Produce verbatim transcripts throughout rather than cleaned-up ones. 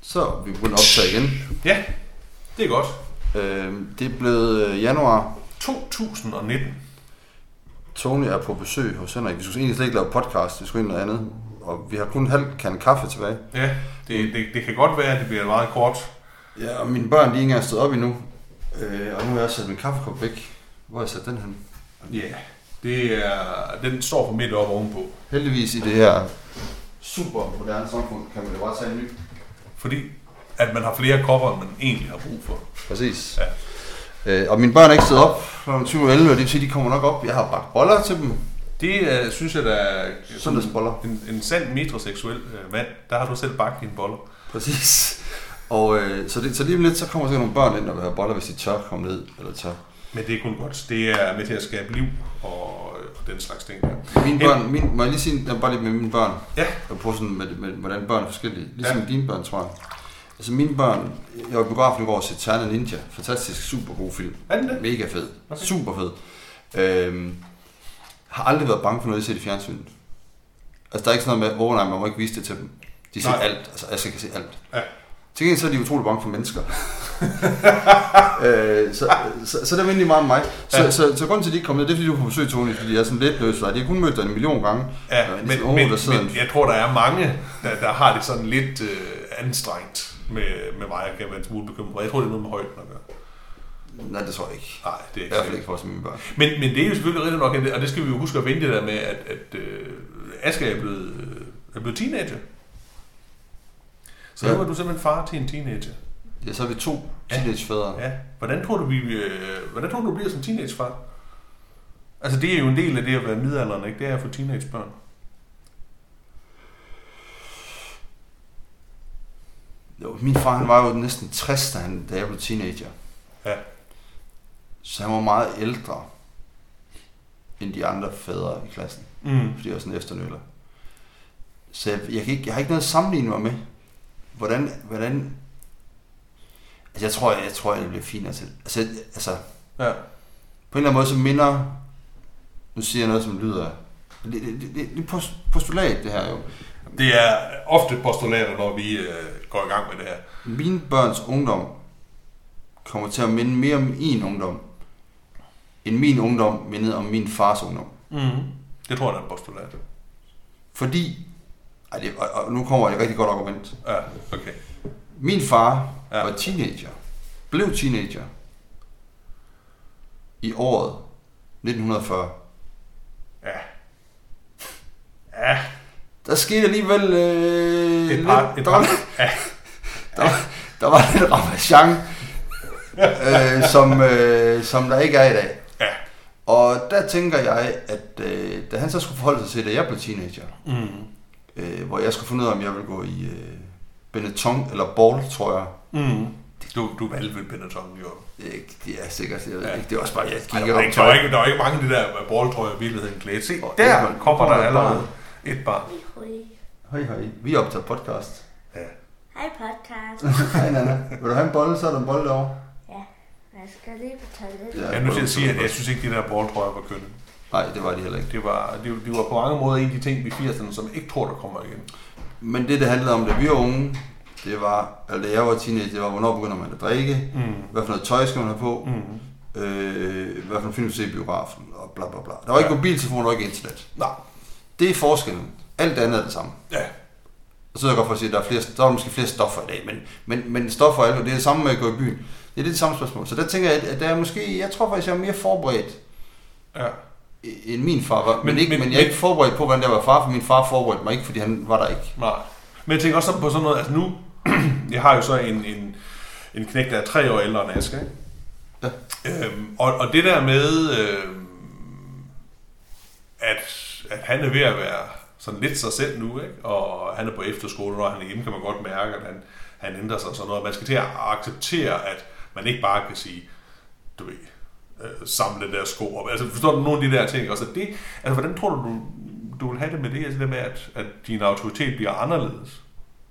Så er vi begyndt at optage igen. Ja, det er godt. Øh, det er blevet januar to tusind nitten. Tony er på besøg hos Henrik. Vi skulle egentlig slet ikke lave podcast, vi skulle ind noget andet. Og vi har kun en halv kande kaffe tilbage. Ja, det, det, det kan godt være, at det bliver meget kort. Ja, og mine børn de er ikke engang stået op endnu. Øh, og nu har jeg sat min kaffekop væk. Hvor har jeg sat den hen? Ja, det er, den står for midt op ovenpå. Heldigvis i det her super moderne samfund kan man jo bare tage en ny. Fordi at man har flere kopper, end man egentlig har brug for. Præcis. Ja. Øh, og mine børn er ikke stået op kl. tyve elleve, og det vil sige, at de kommer nok op. Jeg har bagt boller til dem. Det uh, synes jeg, der er Søndagsboller. En, en sand metroseksuel uh, mand. Der har du selv bagt dine boller. Præcis. Og øh, så, det, så lige om lidt, så kommer der nogle børn ind og vil have boller, hvis de tør komme ned eller tør. Men det er kun godt. Det er med til at skabe liv og, og den slags ting der. Mine børn, min, må jeg lige sige bare lidt med mine børn? Ja. Og på sådan med, med, hvordan børn er forskellige. Ligesom ja. Dine børn, tror jeg. Altså mine børn, jeg var i biografen i går og set Ternet Ninja. Fantastisk, super god film. Er den det? Mega fed. Okay. Super fed. Øhm, har aldrig været bange for noget, jeg ser i fjernsynet. Altså der er ikke sådan noget med, åh oh, nej, man må ikke vise det til dem. De ser nej. Alt. Altså jeg skal se alt. Ja. Til gengæld så er de utrolig bange for mennesker. øh, så, så, så det er egentlig meget om mig. Så, ja. så, så, så grunden til, at de ikke kommer ned, det er fordi, du er på besøg, Tony, fordi jeg er sådan lidt løs. De har kun mødt dig en million gange. Ja, men, men, men, men jeg tror, der er mange, der, der har det sådan lidt øh, anstrengt med, med mig. Jeg kan være en smule bekymret. Jeg tror, det er noget med højden at gøre. Nej, det tror jeg ikke. Nej, det er ikke. I hvert fald ikke for os mine børn. Men, men det er jo selvfølgelig rigtig nok, og det skal vi jo huske at vente der med, at, at øh, Asger er blevet, er blevet teenager. Så ja. Nu er du simpelthen far til en teenager. Ja, så er vi to teenagefædre. Ja. ja. Hvordan tror du, vi, øh, hvordan tror du, du bliver som teenagefar? Altså, det er jo en del af det at være midaldrende, ikke? Det er at få teenagebørn. Jo, min far, han var jo næsten tres, da, han, da jeg blev teenager. Ja. Så han var meget ældre end de andre fædre i klassen. Mm. Fordi jeg var sådan en efternøller. Så jeg, jeg, kan ikke, jeg har ikke noget at sammenligne mig med. Hvordan, hvordan... Altså, jeg tror, jeg, jeg tror, jeg bliver finere til. Altså, altså... Ja. På en eller anden måde, så minder... Nu siger jeg noget, som lyder... Det, det, det, det, det er postulat, det her jo. Det er ofte postulater, når vi øh, går i gang med det her. Mine børns ungdom kommer til at minde mere om min ungdom, end min ungdom mindede om min fars ungdom. Mm-hmm. Det tror jeg, der er postulat. Fordi... Ej, det, og, og nu kommer et rigtig godt argument. Ja, okay. Min far ja. var teenager. Blev teenager. I året nitten fyrre. Ja. Ja. Der skete alligevel øh, et par, lidt, et der, par. Var, ja. der, der var lidt ramachan, øh, som, øh, som der ikke er i dag. Ja. Og der tænker jeg, at øh, da han så skulle forholde sig til, da jeg blev teenager, mm. øh, hvor jeg skulle finde ud af, om jeg ville gå i øh, Benetton eller Ball, tror jeg. Mm. Du, du valgte vel Benetton, jo. Det er sikkert, jeg ved ja. ikke. Det er også bare, jeg gik der, var ikke, der, var ikke, der var ikke mange af de der balltrøjer, i virkeligheden klædt. Se, og der kommer, kommer der allerede et barn. Hej, hej. Vi optager podcast. Ja. Hej podcast. Hej Nana. Vil du have en bolle, så er der en bolle derovre. Ja, jeg skal lige på toilettet. Ja, jeg er nødt til at sige, at jeg synes ikke, de der balltrøjer var kønne. Nej, det var de heller ikke. Det var, de, de var på mange måder en af de ting i firserne, som jeg ikke tror, der kommer igen. Men det, det handlede om, da vi var unge, det var, altså da jeg var teenager, det var, hvornår begynder man at drikke, mm. hvad for noget tøj skal man have på, mm. øh, hvad for en film du ser i biografen, og bla bla bla. Der var ikke ja. mobiltelefon, der var ikke internet. Nej. Det er forskellen. Alt andet er det samme. Ja. Og så er jeg godt for at sige, at der er, flere, der er måske flere stoffer i dag, men, men, men stoffer og alkohol, det er det samme med at gå i byen. Det er det samme spørgsmål. Så der tænker jeg, at der er måske, jeg tror faktisk, jeg er mere forberedt, ja. end min far var. Men, men, ikke, men, men jeg er ikke forberedt på, hvordan jeg var far, for min far forberedte mig ikke, fordi han var der ikke. Nej. Men jeg tænker også på sådan noget, altså nu, jeg har jo så en, en, en knægt, der er tre år ældre end Asger, ikke? Ja. Øhm, og, og det der med, øhm, at, at han er ved at være sådan lidt sig selv nu, ikke? Og han er på efterskole, og han er hjemme, kan man godt mærke, at han, han ændrer sig og sådan noget. Man skal til at acceptere, at man ikke bare kan sige, du ved, øh, samle den der sko op. Altså forstår du nogle af de der ting? Altså, det, altså hvordan tror du, du, du vil have det med det? Altså det med, at, at din autoritet bliver anderledes?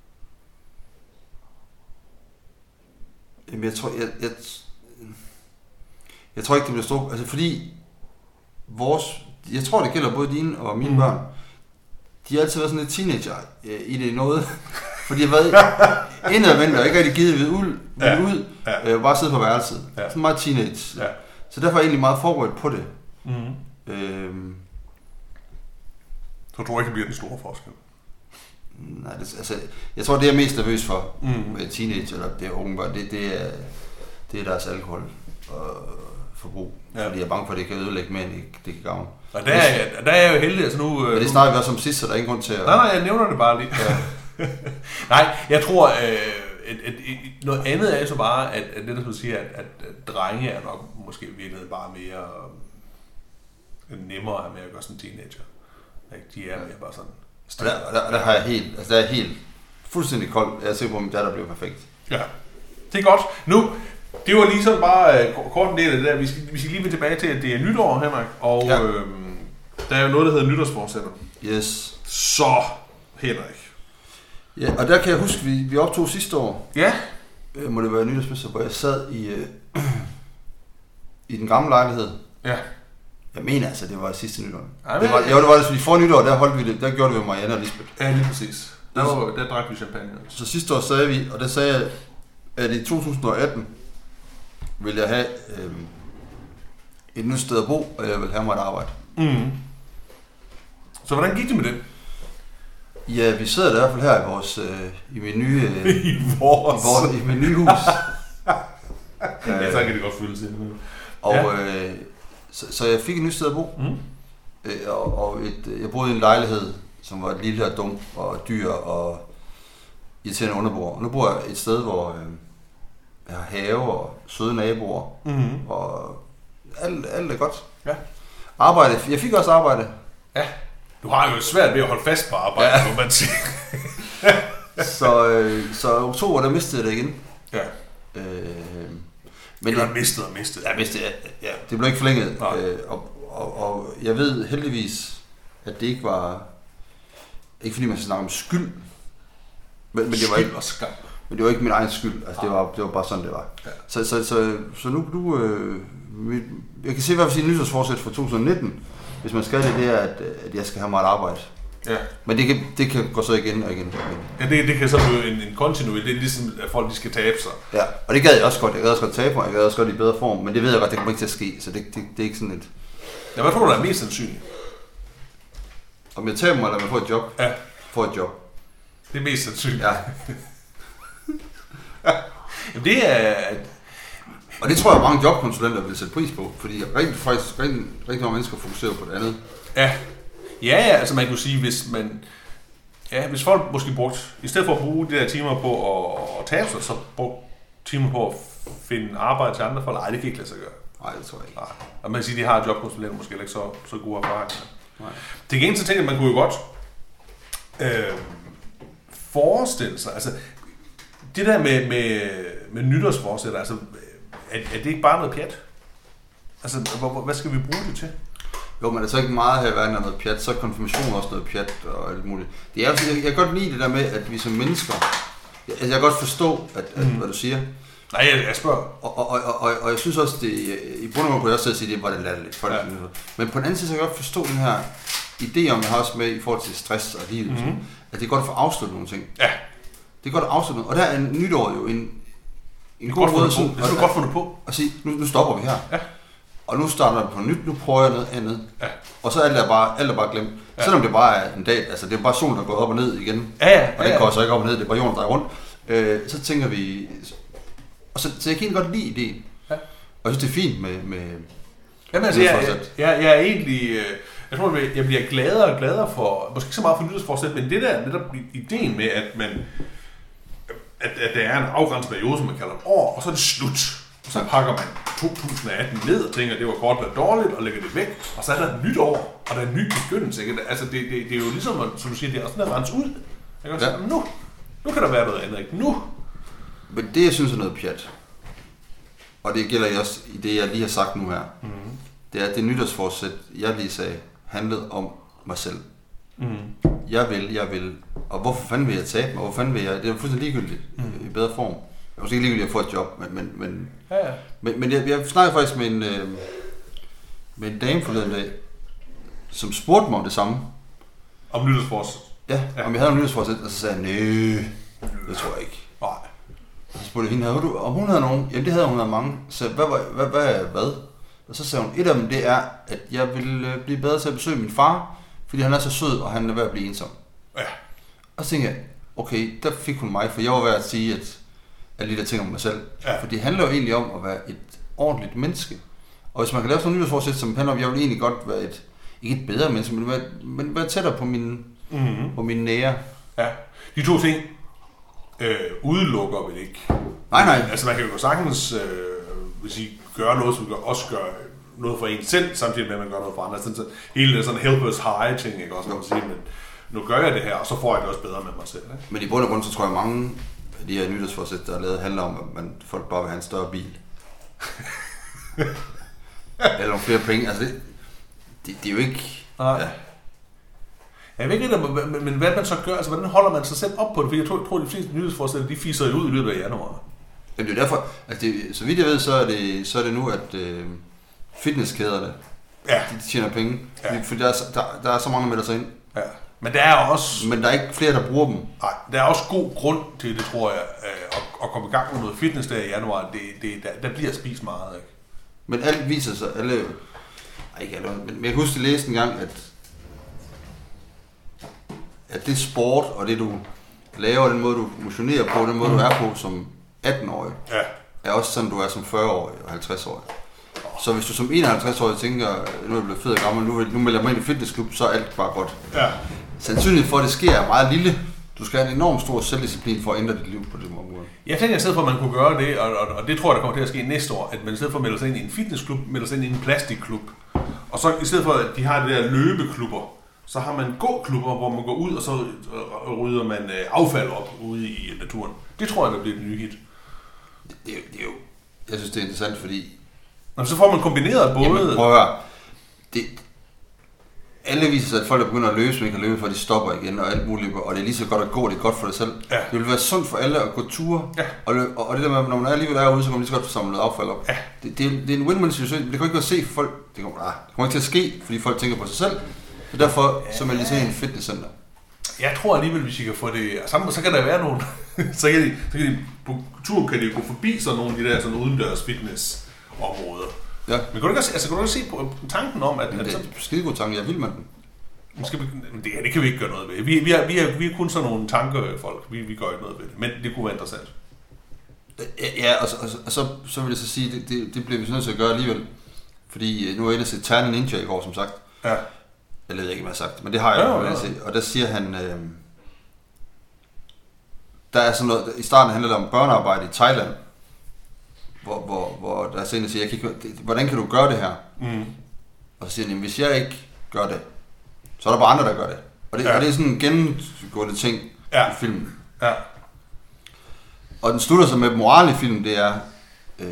Jamen jeg tror, jeg, jeg, jeg tror ikke, det bliver stort. Altså fordi vores, jeg tror, det gælder både dine og mine mm. børn. De har altid været sådan lidt teenager i det noget. Fordi jeg har været indadvendt og ikke rigtig givet ved ud, ja. ud Ja. øh, bare sidde på værelset. Ja. Sådan meget teenage. Ja. Så derfor er jeg egentlig meget forberedt på det. Mm-hmm. Øhm, Så tror jeg ikke, det bliver den store forskel. Nej, det, altså, jeg tror, det jeg er mest nervøs for mm. med teenage, eller det er unge børn, det, det, er, det er deres alkohol og forbrug. Ja. Fordi jeg er bange for, at det kan ødelægge mere, end det, det kan gavne. Og der er, jeg, der er jeg jo heldig, altså nu... Men det snakker vi også om sidst, så der er ingen grund til at... Nej, nej, jeg nævner det bare lige. Ja. Nej, jeg tror, øh, et, et, et, noget andet er så bare, at, at det der du siger, at, at, at drenge er nok måske i virkeligheden bare mere øh, nemmere at have med at gøre som teenager. Ikke? De er mere bare sådan... Og der, og der, og der har jeg helt, altså der er helt fuldstændig koldt. Jeg er sikker på, at min datter bliver perfekt. Ja, det er godt. Nu, det var lige sådan bare uh, kort en del af det der. Vi skal, vi skal lige vende tilbage til, at det er nytår, Henrik. Og ja. øhm, der er jo noget, der hedder nytårsforsætter. Yes. Så, Henrik. Ja, og der kan jeg huske, vi, vi optog sidste år. Ja. Øh, må det være nytårsmester, hvor jeg sad i, øh, i den gamle lejlighed. Ja. Jeg mener altså, det var sidste nytår. Ej, det var, jo, det var det, fordi for nytår, der holdt vi det, der gjorde det med Marianne og Lisbeth. Ja, lige præcis. Der, var, der drak vi champagne. Så sidste år sagde vi, og der sagde jeg, at i to tusind og atten vil jeg have øh, et nyt sted at bo, og jeg vil have mig et arbejde. Mm. Så hvordan gik det med det? Ja, vi sidder der i hvert fald her i vores, øh, i min nye, øh, I vores. I, vores, i min nye hus. Ja, så kan det godt føles ind. Og ja. øh, så, så jeg fik et nyt sted at bo, mm. øh, og, og et, jeg boede i en lejlighed, som var lille og dum og dyr og irriterende underboer. Og nu bor jeg et sted, hvor øh, jeg har have og søde naboer, mm. og alt, alt er godt. Ja. Arbejde, jeg fik også arbejde. Ja. Du har jo svært ved at holde fast på arbejde, ja. Må man sige. så, øh, så oktober, der mistede jeg det igen. Ja. Øh, men det var mistet og mistet. Ja, mistet, ja, ja. Det blev ikke forlænget. Øh, og, og, og jeg ved heldigvis, at det ikke var... Ikke fordi man skal snakke om skyld. Men, men det var ikke, og skam. Men det var ikke min egen skyld. Altså, det, var, det var bare sådan, det var. Ja. Så, så, så, så nu... nu øh, jeg kan se i hvert fald sige nytårsforsæt for to tusind nitten. Hvis man skal det, det er, at, at jeg skal have mig et arbejde. Ja. Men det kan, det kan gå så igen og igen. Ja, det, det kan så blive en, en kontinuitet. Det er ligesom, at folk de skal tabe sig. Ja, og det gad jeg også godt. Jeg gad også godt tabe mig. Jeg gad også godt i bedre form. Men det ved jeg godt, det kommer ikke til at ske. Så det, det, det er ikke sådan et... Ja, hvad tror du, der er mest sandsynligt? Om jeg taber mig, eller om jeg får et job? Ja. Får et job. Det er mest sandsynligt. Ja. Jamen det er... Og det tror jeg, mange jobkonsulenter vil sætte pris på. Fordi rigtig, faktisk rigtig, rigtig mange mennesker fokuserer på det andet. Ja. Ja, ja, altså man kunne sige, hvis man... Ja, hvis folk måske brugt... I stedet for at bruge de der timer på at, at tabe sig, så brugt timer på at finde arbejde til andre folk. Nej, det kan ikke lade sig gøre. Nej, det tror jeg ikke. Nej. Og man kan sige, at de har jobkonsulenter måske ikke så, så gode erfaringer. Nej. Det gengæld så tænker jeg, at man kunne jo godt øh, forestille sig... Altså, det der med, med, med nytårsforsætter, altså... Er, er det ikke bare noget pjat? Altså, hvad skal vi bruge det til? Jo, men er så ikke meget her i verden af noget pjat, så er konfirmation også noget pjat og alt muligt. Det er, jeg, jeg kan godt lide det der med, at vi som mennesker, jeg, jeg kan godt forstå, at, at, mm. hvad du siger. Nej, jeg, jeg spørger. Og, og, og, og, og jeg synes også, det, i bund og grund kunne jeg også sige, at det var det latterligt. Ja. Men på den anden side, så kan jeg godt forstå den her idé, om jeg har også med i forhold til stress og livet, mm-hmm. at det er godt at få afsluttet nogle ting. Ja. Det er godt at afslutte noget. Og der er en nytår jo en, en god måde sådan, det er godt fundet på. At sige, nu, nu stopper vi her. Ja. Og nu starter vi på nyt, nu prøver jeg noget andet. Ja. Og så er alt er bare, alt er bare glemt. Ja. Selvom det bare er en dag, altså det er bare solen, der går op og ned igen. Ja, ja, og den ja, går så ikke op og ned, det er bare jorden, der er rundt. Øh, så tænker vi, og så, så jeg kan egentlig godt lide ideen. Ja. Og jeg synes, det er fint med... med Jamen altså, jeg, jeg, jeg, jeg er egentlig... Jeg tror, jeg bliver gladere og gladere for, måske ikke så meget for nytårsforsæt, men det der netop ideen med, at man... At, at der er en afgrænset periode, som man kalder et år, og så er det slut. Og så pakker man to tusind atten ned og tænker, at det var godt eller dårligt, og lægger det væk. Og så er der et nyt år, og der er en ny begyndelse. Ikke? Altså, det, det, det er jo ligesom, som du siger, det er også sådan at rense ud. Jeg kan ja. sige, nu, nu kan der være noget andet, ikke? Nu. Men det, jeg synes er noget pjat, og det gælder også i det, jeg lige har sagt nu her, mm-hmm. det er, at det nytårsforsæt, jeg lige sagde, handlede om mig selv. Mm. Jeg vil, jeg vil. Og hvorfor fanden vil jeg tabe mig? Hvorfor fanden vil jeg? Det er fuldstændig ligegyldigt mm. i bedre form. Jeg er måske ikke ligegyldigt at få et job, men, men, men, ja, ja. men, men jeg, jeg snakkede faktisk med en, øh, med en dame forleden dag, som spurgte mig om det samme. Om nytårsforsæt? Ja, ja, om jeg havde en nytårsforsæt, og så sagde jeg, nø, Det tror jeg ikke. Nej. Så spurgte hende, havde du, om hun havde nogen? Jamen det havde hun, havde mange. Så hvad, hvad, hvad, hvad, hvad? Og så sagde hun, et af dem det er, at jeg vil blive bedre til at besøge min far, fordi han er så sød, og han er ved at blive ensom. Ja. Og så tænkte jeg, okay, der fik hun mig, for jeg var ved at sige, at alle de der ting om mig selv. Ja. For det handler jo egentlig om at være et ordentligt menneske. Og hvis man kan lave sådan en nyhedsforsæt, som handler om, jeg vil egentlig godt være et, ikke et bedre menneske, men være, men være tættere på mine, mm-hmm. på mine nære. Ja, de to ting øh, udelukker vel ikke. Nej, nej. Altså man kan jo sagtens øh, hvis I gøre noget, som gør, også gør noget for en selv, samtidig med, at man gør noget for andre. Så hele det sådan helpers high ting, ikke også, man sige, men nu gør jeg det her, og så får jeg det også bedre med mig selv. Ikke? Men i bund og grund, så tror jeg, mange af de her nyhedsforsæt, der er lavet, handler om, at man, folk bare vil have en større bil. Eller nogle flere penge. Altså det, det, det er jo ikke... Nej. Ja. Jeg ved ikke, men, men hvad man så gør, altså hvordan holder man sig selv op på det? For jeg tror, jeg tror de fleste nyhedsforsæt, de fiser jo ud i løbet af januar. Jamen det er derfor, altså det, så vidt jeg ved, så er det, så er det nu, at øh, fitnesskæderne, ja. de tjener penge. Ja. Fordi der er, der, der er så mange, der melder sig ind. Ja. Men der er også... Men der er ikke flere, der bruger dem. Nej, der er også god grund til det, tror jeg, at, at komme i gang med noget fitness der i januar. Det, det, der, der bliver spist meget, ikke? Men alt viser sig, alle... Ej, ikke alle, men jeg kan huske, at jeg læste en gang, at, at det sport og det, du laver, den måde, du motionerer på, den måde, mm. du er på som atten-årig, ja. er også sådan, du er som fyrre-årig og halvtreds-årig. Så hvis du som enoghalvtreds-årig tænker, nu er jeg blevet fed og gammel, nu, nu melder jeg mig ind i fitnessklub, så er alt bare godt. Ja. Sandsynligheden for, at det sker, er meget lille. Du skal have en enorm stor selvdisciplin for at ændre dit liv på det område. Jeg tænker i stedet for, at man kunne gøre det, og, og, og det tror jeg, der kommer til at ske næste år, at man i stedet for at melde sig ind i en fitnessklub, melder sig ind i en plastikklub. Og så i stedet for, at de har det der løbeklubber, så har man gåklubber, hvor man går ud, og så rydder man affald op ude i naturen. Det tror jeg, der bliver et nye hit. Det, det, er, det er jo... Jeg synes, det er interessant, fordi... Nå, så får man kombineret både... Jamen, prøv at høre. Det... Alle viser sig, at folk, der begynder at løbe, som ikke kan løbe, for de stopper igen og alt muligt, og det er lige så godt at gå, det er godt for dig selv. Ja. Det vil være sundt for alle at gå ture, ja. og, løbe, og det der med, når man er alligevel er ude, så kan man lige så godt få samlet affald op. Ja. Det, det, er, det er en win-win situation, men det kan ikke være se for folk, det kommer, ah, det kommer ikke til at ske, fordi folk tænker på sig selv, så derfor ja. så man lige se en fitnesscenter. Jeg tror alligevel, hvis I kan få det sammen, så kan der være nogen, så kan de, så kan de på tur kan de gå forbi sådan nogle af de der sådan udendørs fitnessområder. Ja. Men kan du ikke, altså, kan du ikke se på tanken om, at... Men det er en skidegod tanke, jeg vil med den. Skal vi, det, det kan vi ikke gøre noget ved. Vi, vi, er, vi, er, vi er kun sådan nogle tankefolk. Vi, vi gør ikke noget ved det. Men det kunne være interessant. Ja, og, så, og, så, og så, så vil jeg så sige, det, det, det bliver vi nødt til at gøre alligevel. Fordi nu er jeg inde og set Ternen Ninja i går, som sagt. Ja. Jeg ved ikke, hvad jeg har sagt, men det har jeg jo ja, ja. set. Og der siger han... Øh, der er sådan noget... I starten handler det om børnearbejde i Thailand. Hvor, hvor, hvor der er sådan en, der siger, jeg kan ikke, det, hvordan kan du gøre det her? Mm. Og så siger han, hvis jeg ikke gør det, så er der bare andre, der gør det. Og det, ja. og det er sådan en gennemgående ting ja. i filmen. Ja. Og den slutter så med moral i filmen, det er, øh,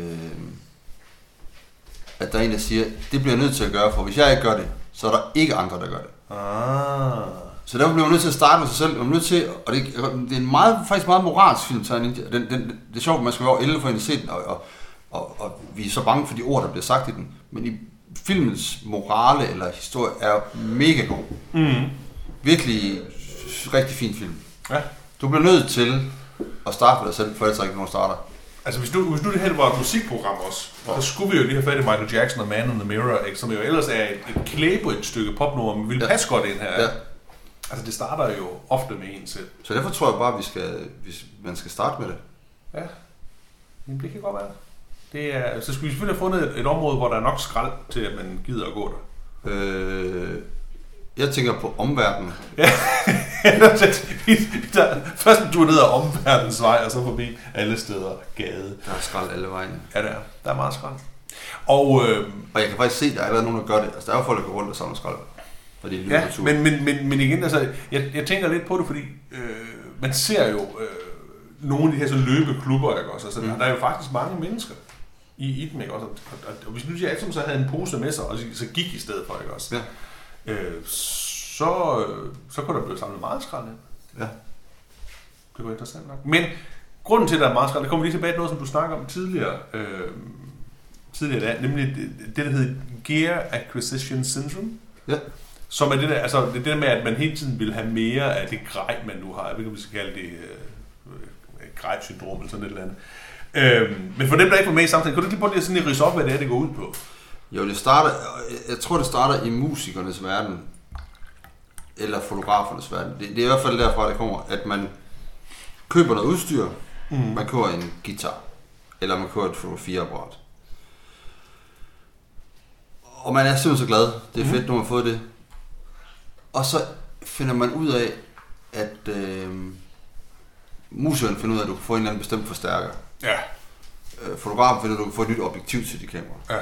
at der er en, der siger, det bliver jeg nødt til at gøre, for hvis jeg ikke gør det, så er der ikke andre, der gør det. Ah. Så derfor bliver man nødt til at starte med sig selv. Man nødt til, og det, det er en meget, faktisk meget moralsk film. Den, den, den, det er sjovt, at man skal være over elleve for at se den, og, og, og, og vi er så bange for de ord, der bliver sagt i den. Men i filmens morale eller historie er mega god. Mm. Virkelig rigtig fin film. Ja. Du bliver nødt til at starte med dig selv, for ellers er ikke nogen starter. Altså hvis nu, hvis nu det her var et musikprogram også, ja. så skulle vi jo lige have fat i Michael Jackson og Man in the Mirror, ikke? Som jo ellers er et, et klæbrigt stykke popnummer, men vi vil ja. passe godt ind her. Ja. Altså det starter jo ofte med en selv. Så derfor tror jeg bare, at vi skal, hvis man skal starte med det. Ja, men det kan godt være. Det er, så skal vi selvfølgelig have fundet et, et område, hvor der er nok skrald til, at man gider at gå der. Øh, jeg tænker på omverdenen. Ja, først en tur ned ad omverdenens vej, og så forbi alle steder gade. Der er skrald alle vejen. Ja, der er. Der er meget skrald. Og, øh, og jeg kan faktisk se, at der er nogen, der gør det. Altså, der er jo folk, der går rundt og samler skrald. Fordi ja, men, men, men, men igen, altså, jeg, jeg tænker lidt på det, fordi øh, man ser jo øh, nogle af de her så løbeklubber, ikke også? Altså, mm. der er jo faktisk mange mennesker i, i dem, ikke også? Og, og, og hvis nu de alle sammen så havde en pose med sig, og så gik i stedet for, ikke også? Ja. Øh, så, så kunne der blive samlet meget skrald ind. Ja. Det var interessant nok. Men grunden til, at der er meget skrald, det kommer lige tilbage til noget, som du snakker om tidligere, øh, tidligere dag, nemlig det, det, der hedder Gear Acquisition Syndrome. Ja. Som er det der, altså det der med, at man hele tiden vil have mere af det grej, man nu har. Jeg ved ikke, om vi skal kalde det, Greif-syndrom eller sådan et eller andet. Øhm, men for dem, der ikke var med i samtalen, kan du lige prøve lige sådan at ridse op, hvad det er, det går ud på? Jo, det starter, jeg tror, det starter i musikernes verden, eller fotografernes verden. Det, det er i hvert fald derfra, det kommer, at man køber noget udstyr, mm. man køber en guitar, eller man køber et fotografiapparat. Og man er simpelthen så glad. Det er fedt, mm. når man har fået det. Og så finder man ud af, at øh, musikeren finder ud af, at du kan få en eller anden bestemt forstærker. Ja. Øh, fotografen finder ud af, at du kan få et nyt objektiv til dit kamera. Ja.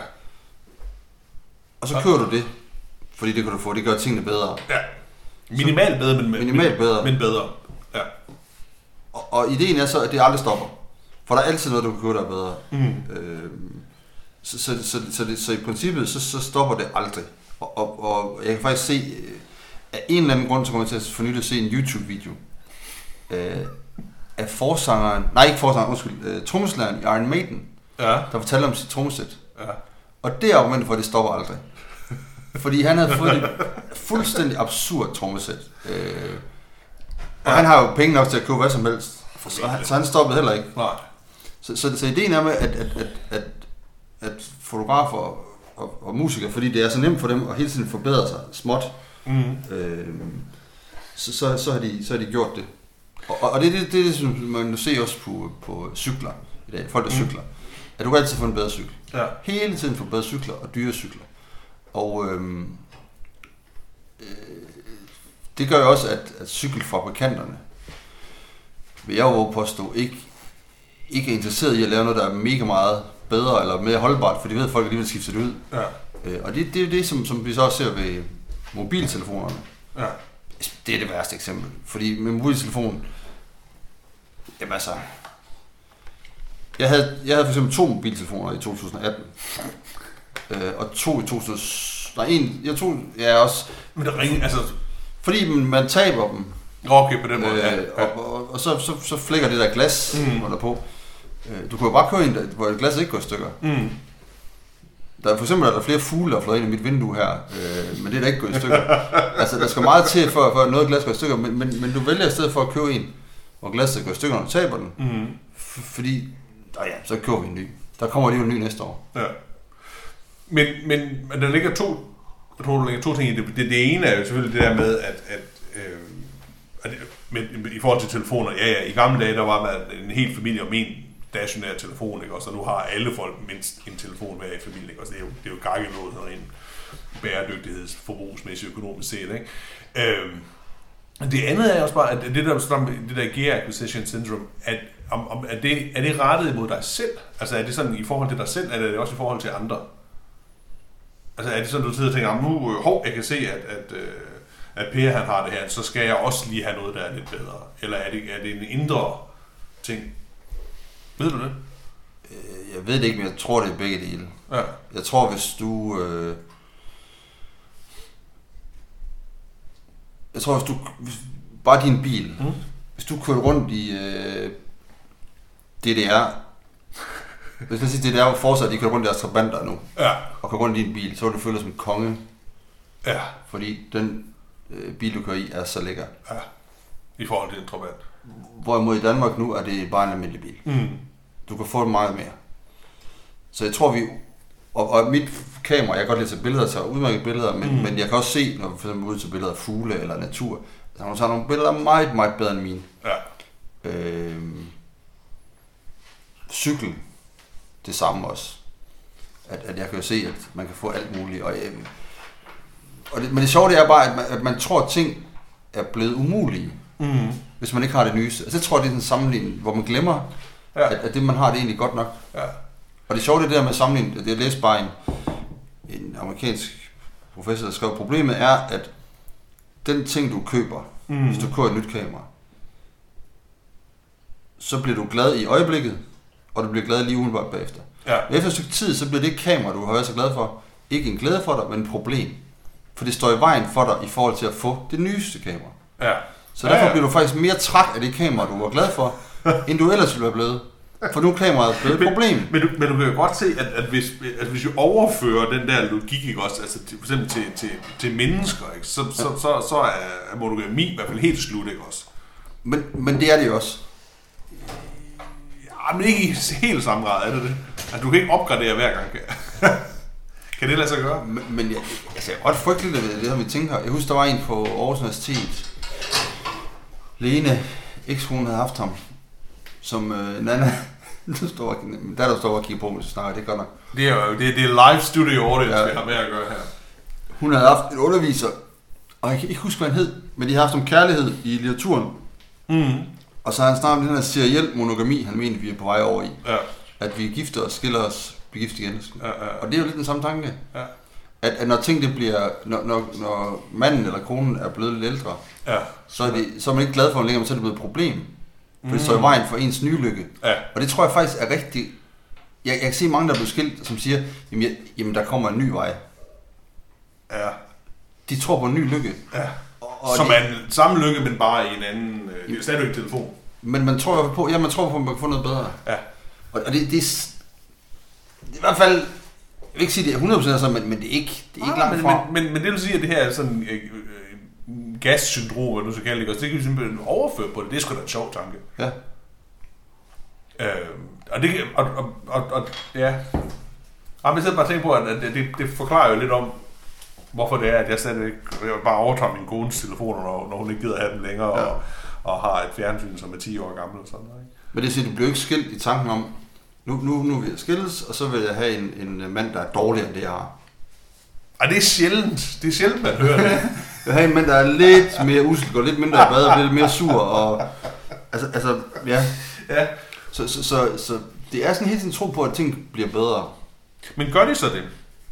Og så kører du det, fordi det kan du få. Det gør tingene bedre. Ja. Minimalt bedre, men, minimalt bedre. men bedre. Ja. Og, og ideen er så, at det aldrig stopper. For der er altid noget, du kan købe, der er bedre. Mm. Øh, så, så, så, så, det, så i princippet, så, så stopper det aldrig. Og, og, og jeg kan faktisk se, af en eller anden grund, så kommer jeg til at for nylig at se en YouTube-video øh, af forsangeren, nej ikke forsangeren, undskyld, øh, trommeslageren i Iron Maiden, ja. Der fortalte om sit trommesæt. Ja. Og det er argumentet for, at det stopper aldrig. Fordi han havde fået et fuldstændig absurd trommesæt. Øh, og ja. Han har jo penge nok til at købe hvad som helst. Så han, så han stoppede heller ikke. Nej. Så, så, så ideen er med, at, at, at, at, at fotografer og, og, og musikere, fordi det er så nemt for dem at hele tiden forbedre sig småt, mm. øh, så, så, så, har de, så har de gjort det. Og, og det er det, det, det, som man nu ser også på, på cykler i dag, folk der mm. cykler, at du kan altid få en bedre cykel. Ja. Hele tiden få bedre cykler og dyre cykler. Og øhm, øh, det gør jo også, at, at cykelfabrikanterne, vil jeg jo påstå, ikke, ikke er interesseret i at lave noget, der er mega meget bedre eller mere holdbart, for de ved, at folk alligevel skifter det ud. Ja. Øh, og det, det er jo det, som, som vi så også ser ved mobiltelefonerne. Ja. Det er det værste eksempel. Fordi med mobiltelefonen, jamen altså, jeg havde, jeg havde for eksempel to mobiltelefoner i to tusind atten. Øh, og to i to tusind... Nej, en... Jeg tog... Ja, også... Men det ringer, altså... Fordi man taber dem. Okay, på den måde, øh, ja. ja. Og, og, og så, så, så flækker det der glas mm. under på. Øh, du kan jo bare køre en, hvor glasset ikke går i stykker. Mm. Der er for eksempel, der er flere fugle, der er flået ind i mit vindue her, øh, men det er der ikke gået i stykker. Altså, der skal meget til, for, for noget glas går i stykker, men, men, men du vælger i stedet for at købe en, hvor glasset går i stykker, når du taber den. Mm. F- fordi... Ja, så køber vi en ny. Der kommer lige en ny næste år. Ja. Men, men, men der ligger to, jeg tror, der ligger to ting i det. Det, det ene er jo selvfølgelig det der med, at, at, øh, at med, i forhold til telefoner, ja ja, i gamle dage, der var man en hel familie om en stationær telefon, ikke også? Og nu har alle folk mindst en telefon hver i familien, ikke også? Det er jo, det er jo gakkelåd, sådan en bæredygtighedsforbrugsmæssigt økonomisk set, ikke? Øh, det andet er også bare, at det der, det der gear acquisition syndrome, at om, om, er, det, er det rettet imod dig selv? Altså er det sådan i forhold til dig selv, eller er det også i forhold til andre? Altså er det sådan, du sidder og tænker, nu hov, jeg kan se, at, at, at Per han har det her, så skal jeg også lige have noget, der er lidt bedre? Eller er det, er det en indre ting? Ved du det? Jeg ved det ikke, men jeg tror, det er begge dele. Ja. Jeg tror, hvis du... Øh... Jeg tror, hvis du... Hvis... Bare din bil. Mm. Hvis du kører rundt i øh... D D R... Hvis man siger, D D R var fortsat, at de kører rundt i deres trabanter nu. Ja. Og kører rundt i din bil, så vil du føle dig som en konge. Ja. Fordi den øh, bil, du kører i, er så lækker. Ja. I forhold til en trabant. Hvorimod i Danmark nu, er det bare en almindelig bil. Mm. Du kan få det meget mere. Så jeg tror, vi... Og, og mit kamera, jeg kan godt lide at tage billeder, så udmærket billeder, men, mm. men jeg kan også se, når vi for eksempel ud til billeder af fugle eller natur, så har tager nogle billeder meget, meget bedre end mine. Ja. Øhm, cykel, det samme også. At, at jeg kan jo se, at man kan få alt muligt. Og, jeg, og det, men det sjove det er bare, at man, at man tror, at ting er blevet umulige, mm. hvis man ikke har det nyeste. Altså, jeg tror, det er en sammenligning, hvor man glemmer, ja. at, at det, man har, det er egentlig godt nok. Ja. Og det sjove det der med at sammenligne, det jeg læste bare en, en amerikansk professor, der skrev, problemet er, at den ting, du køber, mm. hvis du køber et nyt kamera, så bliver du glad i øjeblikket, og du bliver glad lige umiddelbart bagefter. Ja. Efter et stykke tid, så bliver det kamera, du har været så glad for, ikke en glæde for dig, men et problem. For det står i vejen for dig i forhold til at få det nyeste kamera. Ja. Så derfor ja, ja. bliver du faktisk mere træt af det kamera, du var glad for, end du ellers ville være blevet. For nu er kameraet blevet et problem. Men, men, du, men du kan jo godt se, at, at, hvis, at hvis vi overfører den der logik, ikke også, altså til, for eksempel til, til, til mennesker, ikke, så, ja. så, så, så er monogami i hvert fald helt slut, ikke også? Men, men det er det jo også. Ah, men ikke i helt samme grad, er det det? Altså, du kan ikke opgradere hver gang. Kan det lade sig gøre? Men, men jeg, altså, jeg er ret frygteligt, at det her, vi tænker. Jeg husker, der var en på Aarhus Universitet. Lene, ekskone, havde haft ham. Som øh, en anden... der står der, der står og kigger på, hvis vi snakker. Det er godt nok. Det er jo det, det er live studio audience, ja. Vi har med at gøre her. Hun havde haft en underviser, og jeg kan ikke huske, hvad han hed, men de har haft om kærlighed i litteraturen. Mm. Og så har han snart den her seriel monogami, han mener, vi er på vej over i. Ja. At vi gifter os, skiller os, bliver gift igen. Ja, ja, ja. Og det er jo lidt den samme tanke. Ja. At, at når ting det bliver, når, når, når manden eller konen er blevet lidt ældre, ja. så, er det, så er man ikke glad for ham længere, men så er det blevet et problem. For mm. det står i vejen for ens nye lykke. Ja. Og det tror jeg faktisk er rigtig... Jeg, jeg kan se mange, der er blevet skilt, som siger, jamen, jeg, jamen der kommer en ny vej. Ja. De tror på en ny lykke. Ja. Og som er en samme lykke, men bare i en anden... Øh, det er stadigvæk telefon. Men man tror på, ja, man tror på, at man kan få noget bedre. Ja. Og, og det, det, er, det er i hvert fald... Jeg vil ikke sige, det er hundrede procent sådan, men, men det er ikke, det er ikke ah, langt fra. Men, men, men det vil sige, at det her er sådan... Øh, gas-syndrom, hvad du så kalder det, det kan vi simpelthen overføre på det. Det er sgu da en sjov tanke. Ja. Øh, og det og, og, og, og ja. Jeg sidder bare og tænker på, at det, det, det forklarer jo lidt om, hvorfor det er, at jeg stadigvæk bare overtager min kones telefoner, når, når hun ikke gider have den længere, ja. og, og har et fjernsyn, som er ti år gammel og sådan noget. Ikke? Men det siger, du bliver ikke skilt i tanken om, nu, nu, nu vil jeg skilles, og så vil jeg have en, en mand, der er dårligere end det, jeg har. Og det er sjældent. Det er sjældent, man hører det. Jeg har en mand, der er lidt mere usel, går lidt mindre i bad og bliver lidt mere sur. Og, altså, altså, ja. ja. Så, så, så, så det er sådan helt sin tro på, at ting bliver bedre. Men gør de så det?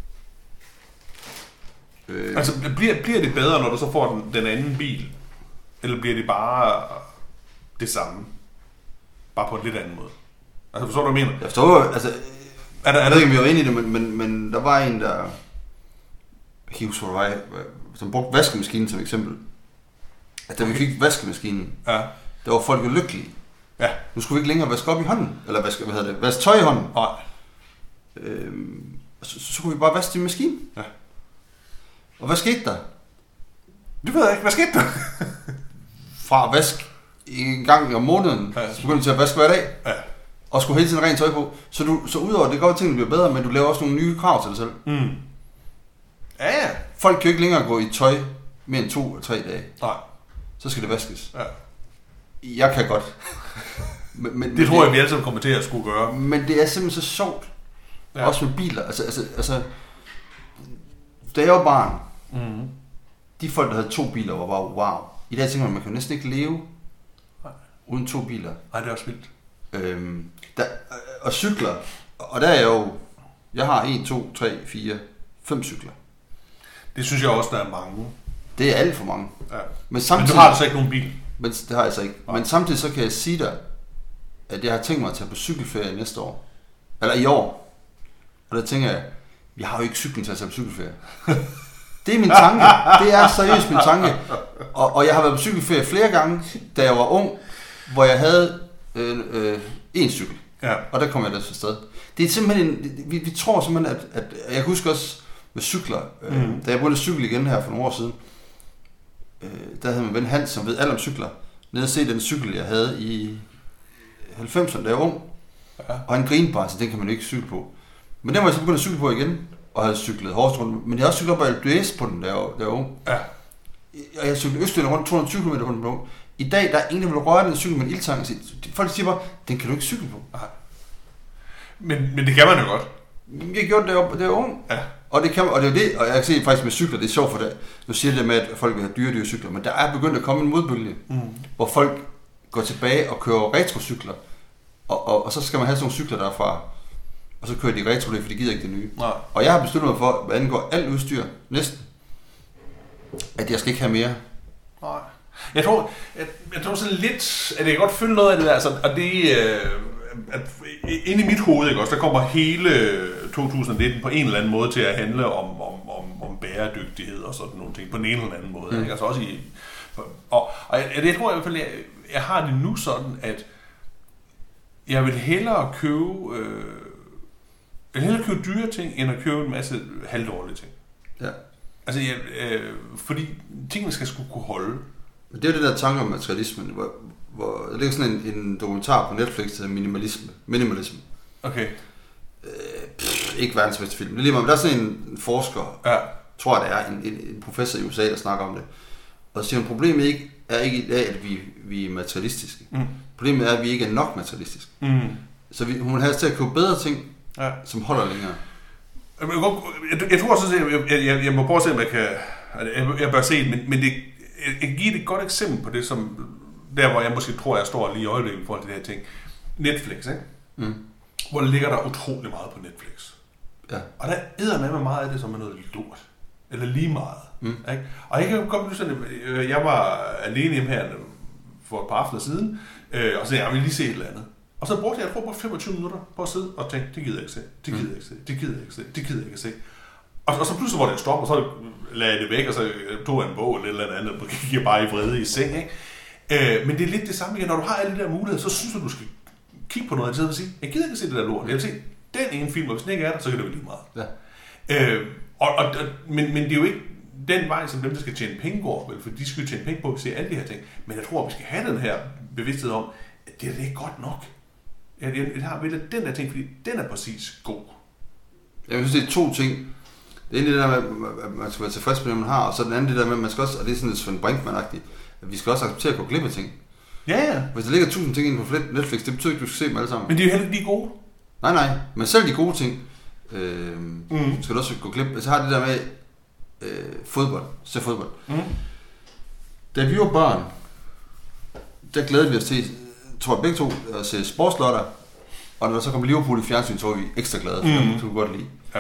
Øh. Altså, bliver, bliver det bedre, når du så får den, den anden bil? Eller bliver det bare det samme? Bare på en lidt anden måde? Altså, forstår du, hvad jeg mener? Jeg forstår, altså... Er der, er jeg ved ikke, om vi var inde i det, men, men, men der var en, der... Jeg kan ikke huske, hvor det var, som brugte vaskemaskinen som eksempel. At da vi fik vaskemaskinen, ja. der var folk jo lykkelige. Ja. Nu skulle vi ikke længere vaske op i hånden, eller vaske, hvad hedder det, vaske tøj i hånden. Nej. Øhm, så, så skulle vi bare vaske i maskinen. Ja. Og hvad skete der? Det ved jeg ikke, hvad skete der? Fra at vaske en gang om måneden, ja. Så begyndte vi til at vaske hver dag. Ja. Og skulle hele tiden rent tøj på. Så, du, så udover det går at tingene bliver bedre, men du laver også nogle nye krav til dig selv. Mm. Ja, ja. Folk kan jo ikke længere gå i tøj mere end to eller tre dage. Nej. Så skal det vaskes. Ja. Jeg kan godt. men, men, det tror det, jeg, vi altid kommer til at skulle gøre. Men det er simpelthen så sjovt. Ja. Også med biler. Altså, altså, altså, da jeg var barn, mm-hmm. de folk, der havde to biler, var bare wow. I dag tænker man, man kan næsten ikke leve Nej. uden to biler. Nej, det er også vildt. Øhm, der, og cykler. Og der er jeg jo... Jeg har en, to, tre, fire, fem cykler. Det synes jeg også, der er mange. Det er alt for mange. Ja. Men, samtidig, men du har altså ikke nogen bil? Men, det har jeg så ikke. Ja. Men samtidig så kan jeg sige dig, at jeg har tænkt mig at tage på cykelferie næste år. Eller i år. Og der tænker jeg, jeg har jo ikke cyklen til at tage på cykelferie. Det er min tanke. Det er seriøst min tanke. Og, og jeg har været på cykelferie flere gange, da jeg var ung, hvor jeg havde øh, øh, en cykel. Ja. Og der kom jeg der til sted. Det er simpelthen en, vi, vi tror simpelthen, at, at jeg kan huske også med cykler, øh, mm. da jeg begyndte at cykle igen her for nogle år siden, øh, der havde min ven Hans, som ved alt om cykler, nede og se den cykel, jeg havde i halvfemserne, da jeg var ung. Ja. Og han grinede bare, så den kan man ikke cykle på. Men den var jeg så begyndt at cykle på igen, og havde cyklet hårdest rundt. Men jeg har også cyklet op på Alpe d'Huez på den, da jeg var, da jeg var ung. Ja. Og jeg cyklede Østjylland rundt to hundrede og tyve kilometer rundt på den. I dag, der er ingen, der vil røre den cykel med en ildtang og sige, folk siger bare, den kan du ikke cykle på. Nej. Men, men det kan man jo godt. Jeg gjorde det, da jeg var ung. Ja. Og det kan, og det er det, og jeg kan se faktisk med cykler, det er sjovt for det. Nu siger det med, at folk vil have dyre, dyre cykler, men der er begyndt at komme en modbølge, mm. hvor folk går tilbage og kører retrocykler, og, og, og så skal man have sådan nogle cykler derfra, og så kører de retro, for de gider ikke det nye. Nej. Og jeg har besluttet mig for, hvad angår alt udstyr, næsten, at jeg skal ikke have mere. Nej. Jeg tror, jeg, jeg tror sådan lidt, at jeg kan godt følge noget af det der, altså, og det øh, at inde i mit hoved, ikke også, der kommer hele to tusind nitten på en eller anden måde til at handle om, om, om, om bæredygtighed og sådan nogle ting, på en eller anden måde. Mm. Ikke? Altså også i, og, og jeg, jeg tror i hvert fald, jeg, jeg har det nu sådan, at jeg vil hellere købe, øh, jeg vil hellere købe dyre ting, end at købe en masse halvdårlige ting. Ja. Altså, jeg, øh, fordi tingene skal sgu kunne holde. Det er jo det der tanke om materialismen, hvor, hvor der ligger sådan en, en dokumentar på Netflix, der hedder Minimalisme. Minimalisme. Okay. Øh, pff, ikke verdens bedste film. Det er lige meget, men der er sådan en, en forsker, ja. tror jeg det er, en, en, en professor i U S A, der snakker om det. Og siger, at problemet ikke, er ikke i dag, at vi, vi er materialistiske. Mm. Problemet er, at vi ikke er nok materialistiske. Mm. Så vi, hun har til at købe bedre ting, ja. Som holder længere. Jeg, jeg, jeg tror sådan set, jeg, jeg, jeg må prøve at se, om jeg kan... Jeg, jeg bør se det, men, men det, jeg, jeg kan give et godt eksempel på det, som... Der, hvor jeg måske tror, jeg står lige i øjeblikket i forhold til det her ting. Netflix, ikke? Mm. Hvor ligger der utrolig meget på Netflix. Ja. Og der æder med mig meget af det, som er noget lort. Eller lige meget. Mm. Ikke? Og jeg kan komme sådan, jeg var alene hjemme her for et par aftener siden, øh, og så jeg vil lige se et eller andet. Og så brugte jeg, jeg brugte femogtyve minutter på at sidde og tænke, det gider jeg ikke se, det gider jeg ikke se, det gider jeg ikke se, det gider jeg ikke se. Og, og så pludselig var det en stop, og så lagde jeg det væk, og så tog jeg en bog eller et eller andet, og gik jeg bare i vrede i seng. Ikke? Øh, men det er lidt det samme igen, når du har alle de der muligheder, så synes du, du skal kigge på noget, og så vil sige, jeg gider ikke se det der lort, jeg vil se den ene film, og hvis den ikke er der, så kan det være lige meget. Ja. Øh, og, og, men, men det er jo ikke den vej, som dem, der skal tjene penge går, vel, for de skal jo tjene penge på at se alle de her ting. Men jeg tror, at vi skal have den her bevidsthed om, at det er ikke godt nok. Jeg, jeg, jeg har vel den der ting, fordi den er præcis god. Jeg synes, det er to ting. Det ene det der med, at man skal være tilfreds med det, man har, og så den anden det der med, at man skal også, og det er sådan lidt Svend Brinkmann-agtigt, at vi skal også acceptere at gå glip af ting. Ja, ja. Hvis der ligger tusind ting inde på Netflix, det betyder ikke, at du skal se dem alle sammen. Men de er jo heller ikke lige gode. Nej, nej. Men selv de gode ting, øh, mm. skal du også gå glip af. Så har det der med øh, fodbold. Se fodbold. Mm. Da vi var børn, der glædede vi os til, tror jeg begge to, at se sportslotter. Og når der så kom Liverpool i fjernsyn, så var vi ekstra glade, for mm. det kunne vi godt lide. Ja.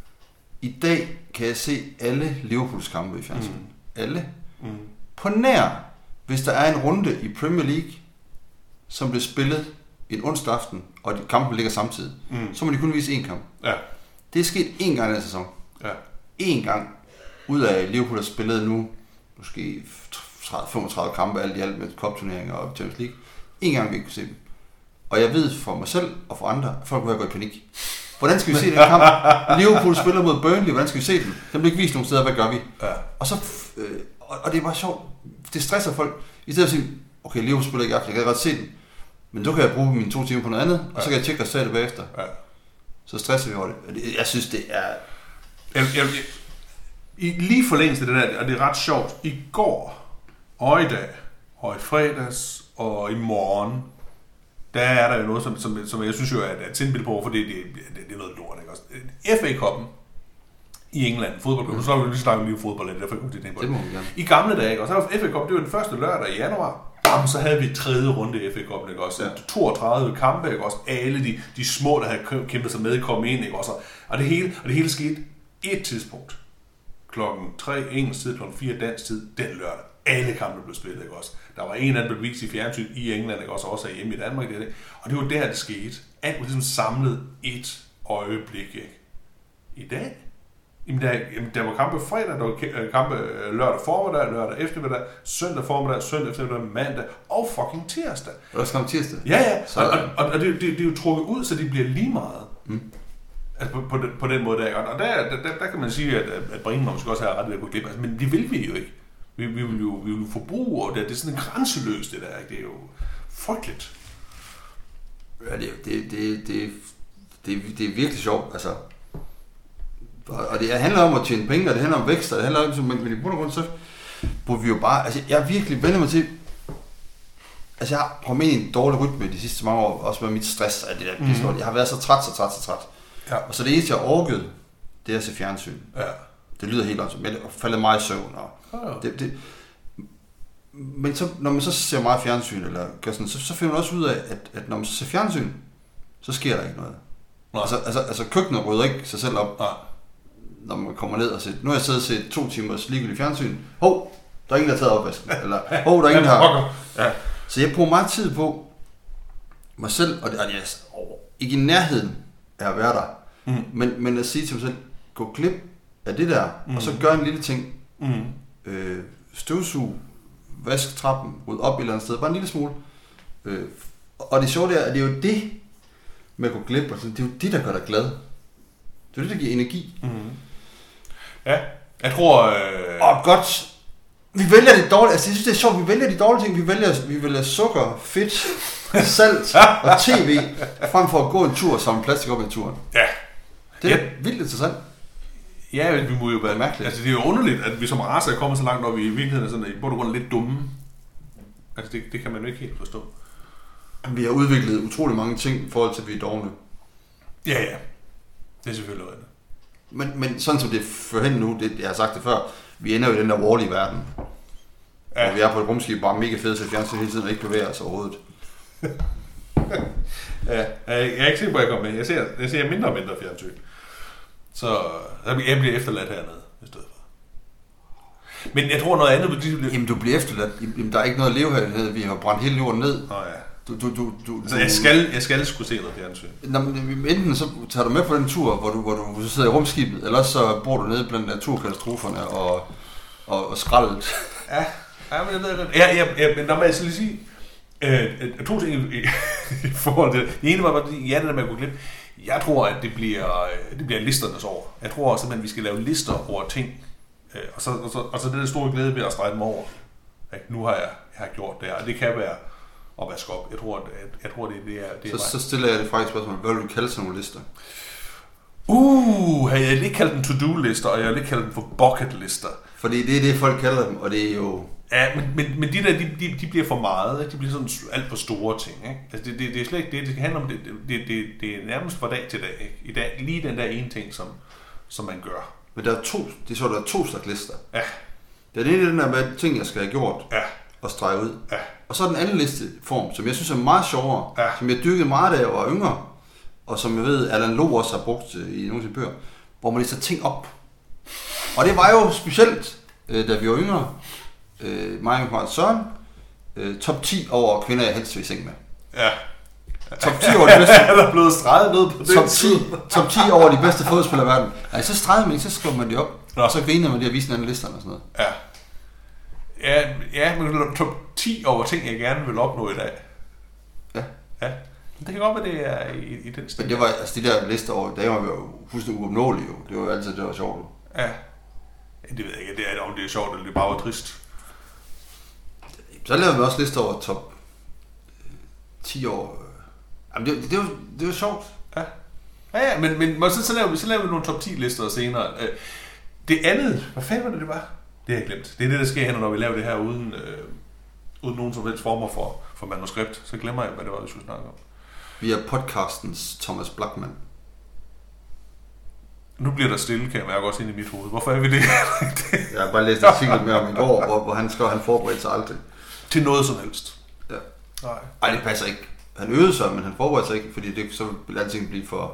I dag kan jeg se alle Liverpools kampe i fjernsyn. Mm. Alle. Mm. På nær, hvis der er en runde i Premier League, som bliver spillet en onsdag aften, og de kampen ligger samtidig, mm. så må de kun vise én kamp. Ja. Det er sket én gang i den sæson. Ja. Én gang ud af Liverpool har spillet nu, måske tredive femogtredive kampe, alt i alt med cupturneringer og Champions League. En gang vi ikke kunne se dem. Og jeg ved for mig selv og for andre, at folk vil gå i panik. Hvordan skal vi se den kamp? Liverpool spiller mod Burnley, hvordan skal vi se den? Den bliver ikke vist nogen steder, hvad gør vi? Ja. Og, så, øh, og det er bare sjovt. Det stresser folk. I stedet for at sige, okay, Liverpool spiller ikke i aften, jeg kan godt se den. Men nu kan jeg bruge mine to timer på noget andet, og så kan jeg tjekke resultatet bagefter. Ja. Så stresser vi over det. Jeg synes, det er... Jeg, jeg, jeg, I lige forlængelse det der, og det er ret sjovt. I går, og i dag, og i fredags, og i morgen, der er der jo noget, som, som, som jeg synes jo er et sindbillede på, for det, det, det, det er noget lort, ikke også? F A-koppen i England, fodboldklubben, mm. så har vi lige snakket lige om fodbold, derfor jeg kunne det tænke på det. I gamle dage, ikke også? Så var F A-koppen, det var den første lørdag i januar, jamen, så havde vi tredje runde i F A-koppen, ikke også? Ja. toogtredive kampe, ikke også? Alle de, de små, der havde kæmpet sig med, kom ind, ikke også? Og det hele, og det hele skete et tidspunkt. Klokken tre engelsk tid, klokken fire dansk tid, den lørdag. Alle kampe blev spillet, ikke også? Der var en anden, der blev vist i fjernsyn i England, ikke også? Også hjemme i Danmark, det, og det var der, det skete. Alt var ligesom samlet et øjeblik, ikke? I dag? Jamen, der, jamen, der var kampe fredag, der var kampe lørdag formiddag, lørdag eftermiddag, søndag formiddag, søndag eftermiddag, mandag og fucking tirsdag. Og der skal komme tirsdag? Ja, ja. Og, og, og, og det, det, det er jo trukket ud, så det bliver lige meget. Mm. Altså på, på, den, på den måde der. Og der, der, der, der kan man sige, at, at Brinkmann måske også har ret ved at gå glip. Altså, men det vil vi jo ikke. Vi, vi vil jo vi vil forbruge, og det, det er sådan en grænseløst, det der. Ikke? Det er jo frygteligt. Ja, det, det, det, det, det, det er virkelig sjovt. Altså, og det handler om at tjene penge, og det handler om vækst, og det handler om, men i bund og grund, så burde vi jo bare... Altså, jeg har virkelig vendt mig til... Altså, jeg har prøvet med en dårlig rytme de sidste mange år, også med mit stress og det der. Mm. Jeg har været så træt, så træt, så træt. Ja. Og så det eneste, jeg orkede, det er at se fjernsyn. Ja. Det lyder helt åndsomt. Jeg faldet meget i søvn. Og ja. det, det. Men så, når man så ser meget fjernsyn, eller gør sådan, så, så finder man også ud af, at, at når man så ser fjernsyn, så sker der ikke noget. Altså, altså, altså køkkenet rydder ikke sig selv op, ja. Når man kommer ned og ser. Nu har jeg siddet og set to timers ligegyldig fjernsyn. Hov, der er ingen, der har taget opvasken. Eller, hov, der er ingen, der har... Ja. Så jeg bruger meget tid på mig selv, og det er yes, ikke i nærheden af at være der, mm. men, men at sige til mig selv, gå glip af det der, mm. og så gør en lille ting. Mm. Øh, støvsug, vask trappen, ryd op et eller andet sted, bare en lille smule. Øh, og det sjove er, at det er jo det, med at gå glip, og sådan, det er jo det, der gør dig glad. Det er det, der giver energi. Mm. Ja, jeg tror... Øh... Og godt Vi vælger det dårlige, altså jeg synes det er sjovt, vi vælger de dårlige ting, vi vælger, vi vælger sukker, fedt, salt og tv, frem for at gå en tur og samle plastik op i naturen. Ja. Det er ja. vildt interessant. Ja, vi må jo være mærkeligt. Altså det er jo underligt, at vi som race er kommet så langt op i virkeligheden er sådan, at burde grund lidt dumme. Altså det, det kan man jo ikke helt forstå. Vi har udviklet utrolig mange ting i forhold til, at vi er dovne. Ja, ja. Det er selvfølgelig rigtigt. Men, men sådan som det førhen nu, det, jeg har sagt det før, vi ender jo i den der Wall-E verden. Ja. Hvor vi er på et rumskib, bare mega fede til fjernsyn hele tiden, og ikke bevæger os overhovedet. Ja, jeg er ikke sikker på, at jeg kommer med. Jeg ser, jeg ser mindre og mindre fjernsyn. Så jeg bliver efterladt hernede i stedet for. Men jeg tror noget andet... De... Jamen du bliver efterladt. Jamen, der er ikke noget at leve her. Vi har brændt hele jorden ned. Nå ja. Du, du, du, du, altså, jeg skal, jeg skal skulle se noget fjernsyn. Nå, men enten så tager du med på den tur, hvor du, hvor du så sidder i rumskibet, eller så bor du nede blandt naturkatastroferne og, og, og skraldet. Ja, ja, men jeg ved det. Ja, ja, ja, men der må jeg så lige sige, øh, to ting i, i forhold til det. Det ene var bare, ja, det der med at gå glip. Jeg tror, at det bliver, det bliver listernes år. Jeg tror simpelthen, at vi skal lave lister over ting, øh, og, så, og, så, og så det der store glæde ved at strege dem over. Nu har jeg, jeg har gjort det her, og det kan være at vaske op. Jeg tror, at, jeg tror det, det er... Det er så, så stiller jeg det faktisk spørgsmål. Hvad vil du kalde sådan nogle lister? Uh, jeg vil ikke kalde dem to-do-lister, og jeg vil ikke kalde dem for bucket-lister. Fordi det er det, folk kalder dem, og det er jo... Ja, men, men, men de der, de, de, de bliver for meget. De bliver sådan alt for store ting. Ikke? Altså det, det, det er slet ikke det, det handler om. Det, det, det, det er nærmest fra dag til dag. Ikke? I dag, lige den der ene ting, som, som man gør. Men der er to, det er så, der er to slags lister. Ja. Det er det ene, den der med ting, jeg skal have gjort. Ja. Og strege ud. Ja. Og så er den anden listeform, som jeg synes er meget sjovere, ja. som jeg dyrkede meget af, jeg var yngre, og som jeg ved, Allan Lo også har brugt i nogle af sine bøger, hvor man lister ting op. Og det var jo specielt, da vi var yngre, øh, mig og Søren, øh, top ti over kvinder, jeg helst vil i seng med. Ja. Top ti over de bedste. Er der blevet streget ned på det? Top ti, top ti over de bedste fodspillere i verden. Nej, så stregede man ikke, så skriver man det op. Nå. Og så griner man det og viser den anden listerne og sådan noget. Ja. Ja, ja, men top ti over ting, jeg gerne vil opnå i dag. Ja. Ja. Det kan godt være, det er i, i den stil. Men det var, altså de der lister over damer var jo fuldstændig uopnåelige jo. Det var jo altid, det var sjovt. Ja. Det ved jeg ikke, det er, om det er sjovt, eller det bare var trist. Så lavede vi også lister over top ti år. Jamen det, det, det, var, det var sjovt. Ja. Ja, ja, men, men så, så, lavede vi, så lavede vi nogle top ti lister senere. Det andet, hvad fanden var det, det var? Det har jeg glemt. Det er det, der sker hen, når vi laver det her uden, øh, uden nogen som helst former for, for manuskript. Så glemmer jeg, hvad det var, vi skulle snakke om. Vi er podcastens Thomas Blackman. Nu bliver der stille, kan jeg mærke også ind i mit hoved. Hvorfor er vi det? Jeg har bare læst en artikel med ham i går, hvor, hvor han skrev, han forberedte sig aldrig. Til noget som helst? Ja. Nej. Ej, det passer ikke. Han øvede sig, men han forberedte sig ikke, fordi det, så vil alting blive for,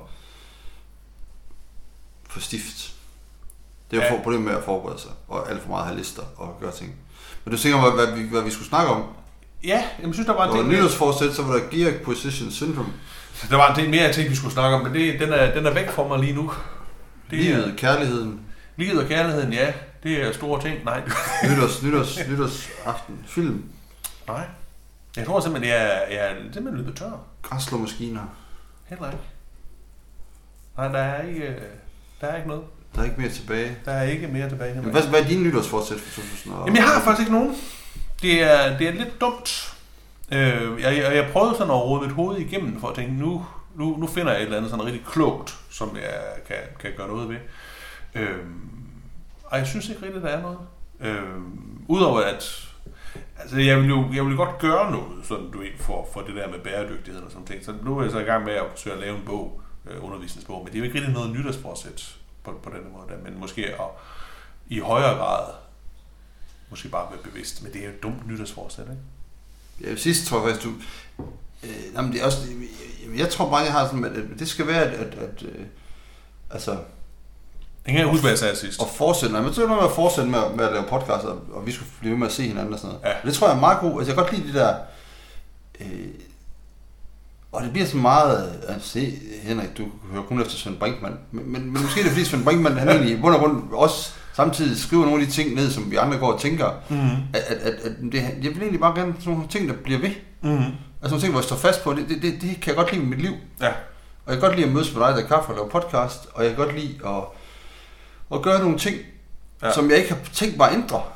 for stift. Det er jo ja. Problemet med at forberede sig, og alt for meget have lister og gøre ting. Men du tænker mig, hvad vi, hvad vi skulle snakke om? Ja, jeg synes, der var en ting... Og nytårsforsæt, så var der Gear Acquisition Syndrome. Der var en ting mere ting, vi skulle snakke om, men det, den, er, den er væk fra mig lige nu. Det Livet, er, kærligheden. Livet og kærligheden, ja. Det er store ting. Nej. Nytårs, nytårs, nytårsaften. Film. Nej. Jeg tror simpelthen, jeg er, jeg er simpelthen løbet tør. Græsslåmaskiner. Heller ikke. Nej, der er ikke, der er ikke noget. Der er ikke mere tilbage. Der er ikke mere tilbage. Men hvad, hvad er din nytårsforsæt for to tusind? Jamen, jeg har faktisk ikke nogen. Det er, det er lidt dumt. Øh, jeg, jeg, jeg prøvede sådan at rode mit hoved igennem for at tænke, nu, nu, nu finder jeg et eller andet sådan rigtig klogt, som jeg kan, kan gøre noget ved. Øh, og jeg synes ikke rigtig, der er noget. Øh, Udover at altså, jeg vil jo jeg vil godt gøre noget sådan, du ved, for, for det der med bæredygtighed og sådan ting. Så nu er jeg så i gang med at forsøge at lave en bog, øh, undervisningsbog, men det er jo ikke rigtig noget nytårsforsæt på, på denne måde, men måske at, i højere grad måske bare være bevidst, men det er jo et dumt nytårsforsæt, ikke? Ja, sidst tror jeg faktisk, du... Øh, jamen det er også, jeg, jeg tror bare, jeg har sådan, at det skal være, at... at, at øh, altså... Jeg kan ikke huske, hvad jeg sagde sidst. Og fortsætte, nej, men så er det noget med at fortsætte med, med at lave podcast, og, og vi skulle blive ved med at se hinanden og sådan noget. Ja. Det tror jeg er meget god. Altså jeg kan godt lide det der... Øh, og det bliver så meget... Altså, se, Henrik, du hører kun efter Svend Brinkmann. Men, men, men måske er det fordi Svend Brinkmann, han egentlig i bund og grund også samtidig skriver nogle af de ting ned, som vi andre går og tænker. Mm-hmm. At, at, at, at det, jeg vil egentlig bare gerne sådan nogle ting, der bliver ved. Mm-hmm. Altså nogle ting, hvor jeg står fast på. Det, det, det, det kan jeg godt lide i mit liv. Ja. Og jeg kan godt lide at mødes med dig, der kaffe og lave podcast. Og jeg kan godt lide at, at gøre nogle ting, ja. som jeg ikke har tænkt mig at ændre. Ja.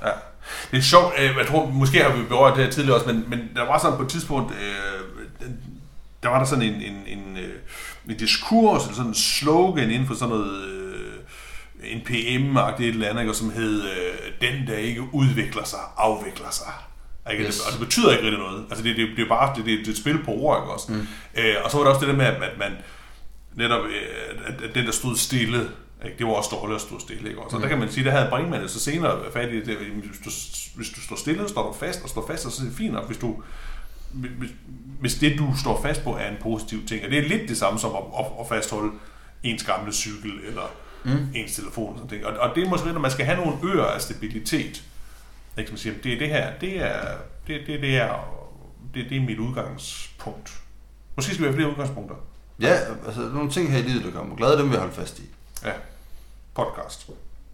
Det er sjovt, jeg tror, måske har vi berørt det her tidligere også, men, men der var sådan på et tidspunkt, øh, der var der sådan en, en, en, en diskurs, eller sådan en slogan inden for sådan noget, øh, en P M-agtigt et eller andet, ikke, som hed, øh, den der ikke udvikler sig, afvikler sig. Ikke? Yes. Og det betyder ikke rigtig noget. Altså det, det, det er bare det, det er et spil på ord, ikke også? Mm. Øh, og så var der også det der med, at man netop, at, at den der stod stille, ikke? Det var også dårligt at stå stille, ikke? Så mm. der kan man sige, der havde Brinkmann så senere fat i det, hvis du, hvis du står stille, står du fast, og står fast, så er det fint nok, hvis du hvis, hvis det du står fast på er en positiv ting, og det er lidt det samme som at, at, at fastholde ens gamle cykel, eller mm. ens telefon, og sådan ting. Og, og det er måske, når man skal have nogle øer af stabilitet, ikke? Man siger, det er det her, det er det, det, det er det, det er mit udgangspunkt. Måske skal vi have flere udgangspunkter. Ja, altså nogle ting her i livet, der gør mig glad, dem vil jeg holde fast i. Ja, podcast.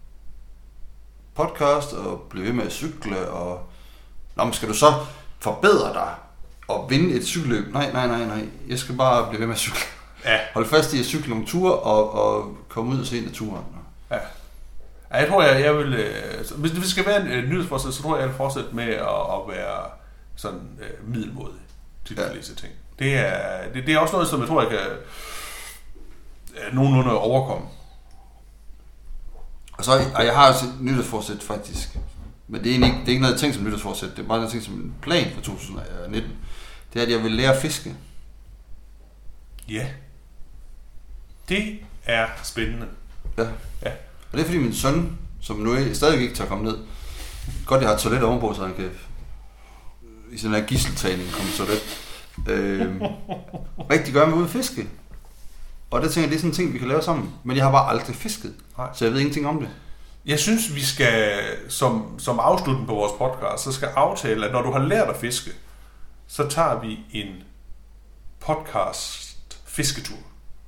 Podcast, og blive ved med at cykle, og nå, men skal du så forbedre dig og vinde et cykelløb? Nej, nej, nej, nej. Jeg skal bare blive ved med at cykle. Ja. Hold fast i at cykle nogle ture, og, og komme ud og se naturen. Ja. Ja, jeg tror, jeg, jeg vil... Øh, hvis det skal være en øh, nyhedsforsæt, så tror jeg, jeg vil fortsætte med at, at være sådan øh, middelmådig til de ja. fleste ting. Det er, det, det er også noget, som jeg tror, jeg kan øh, nogenlunde overkomme. Og, så, og jeg har også et nyhedsforsæt faktisk. Men det er, ikke, det er ikke noget, jeg tænker som nyhedsforsæt. Det er bare noget, jeg tænker som en plan for to tusind nitten. Det er, at jeg vil lære at fiske. Ja. Det er spændende. Ja. Ja. Og det er fordi min søn, som nu stadig ikke tør komme ned, godt jeg har et toilet ovenpå, så han kan i sådan en gisseltagning komme toilet, øh, rigtig gøre med ude at fiske. Og der tænker jeg, det er sådan en ting, vi kan lave sammen. Men jeg har bare aldrig fisket, Nej. så jeg ved ingenting om det. Jeg synes, vi skal, som, som afslutning på vores podcast, så skal aftale, at når du har lært at fiske, så tager vi en podcast fisketur.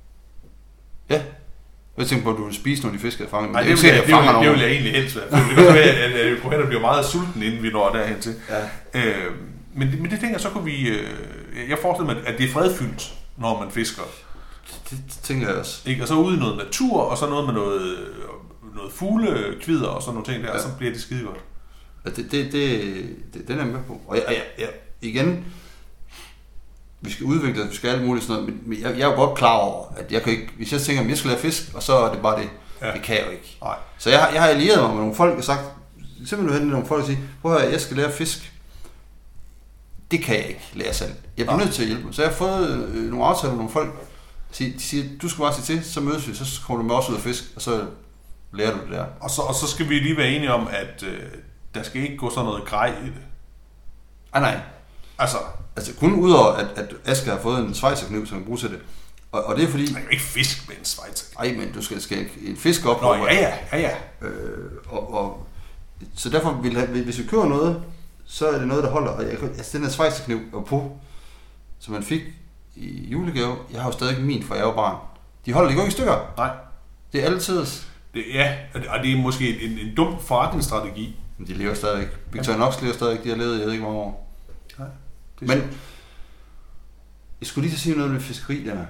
Ja. Jeg tænker på, at du vil spise nogle af de fisk, jeg fanger. Nej, det, det, det, det, det, det vil jeg egentlig helst være. Det kan være, at jeg kunne hen og blive meget sulten, inden vi når derhen til. Ja. Øh, men, men det tænker jeg, så kunne vi... Øh, jeg forestiller mig, at det er fredfyldt, når man fisker. Det, det tænker jeg også. Ikke? Og så ude i noget natur, og så noget med noget, noget fuglekvider og sådan nogle ting der, ja. og så bliver det skide godt. Ja, det, det, det, det, den er jeg med på. Og jeg, jeg, jeg, igen... Vi skal udvikle det, vi skal alt muligt sådan noget, men jeg, jeg er jo godt klar over, at jeg kan ikke, hvis jeg tænker, at jeg skal lære fisk, og så er det bare det, ja. det kan jeg jo ikke. Nej. Så jeg, jeg har allieret mig med nogle folk, og sagt, simpelthen hen nogle folk og sige, prøv at høre, jeg skal lære fisk. Det kan jeg ikke lære selv. Jeg bliver ja. nødt til at hjælpe mig. Så jeg har fået øh, nogle aftaler med nogle folk, de siger, du skal bare sige til, så mødes vi, så kommer du med også ud af fisk, og så lærer du det der. Og så, og så skal vi lige være enige om, at øh, der skal ikke gå sådan noget grej i det. Ah, nej. Altså, altså kun udover, at, at Asger har fået en schweizerkniv, som kan bruge til det. Og, og det er fordi... Man kan jo ikke fisk med en schweizerkniv. Nej, men du skal, skal en fisk op. Nå, ja, ja, ja, ja. Øh, og, og, så derfor, vil, hvis vi køber noget, så er det noget, der holder. Og jeg, altså den her schweizerkniv og på, som man fik i julegave, jeg har jo stadig min, for jeg er jo barn. De holder, de går ikke i stykker. Nej. Det er altid. Det, ja, og det er måske en, en dum forretningsstrategi. Men de lever stadig. Victor ja. Knox lever stadig. De har levet, jeg ved ikke, hvor mange år. Nej. Men jeg skulle lige så sige noget med fiskeri der.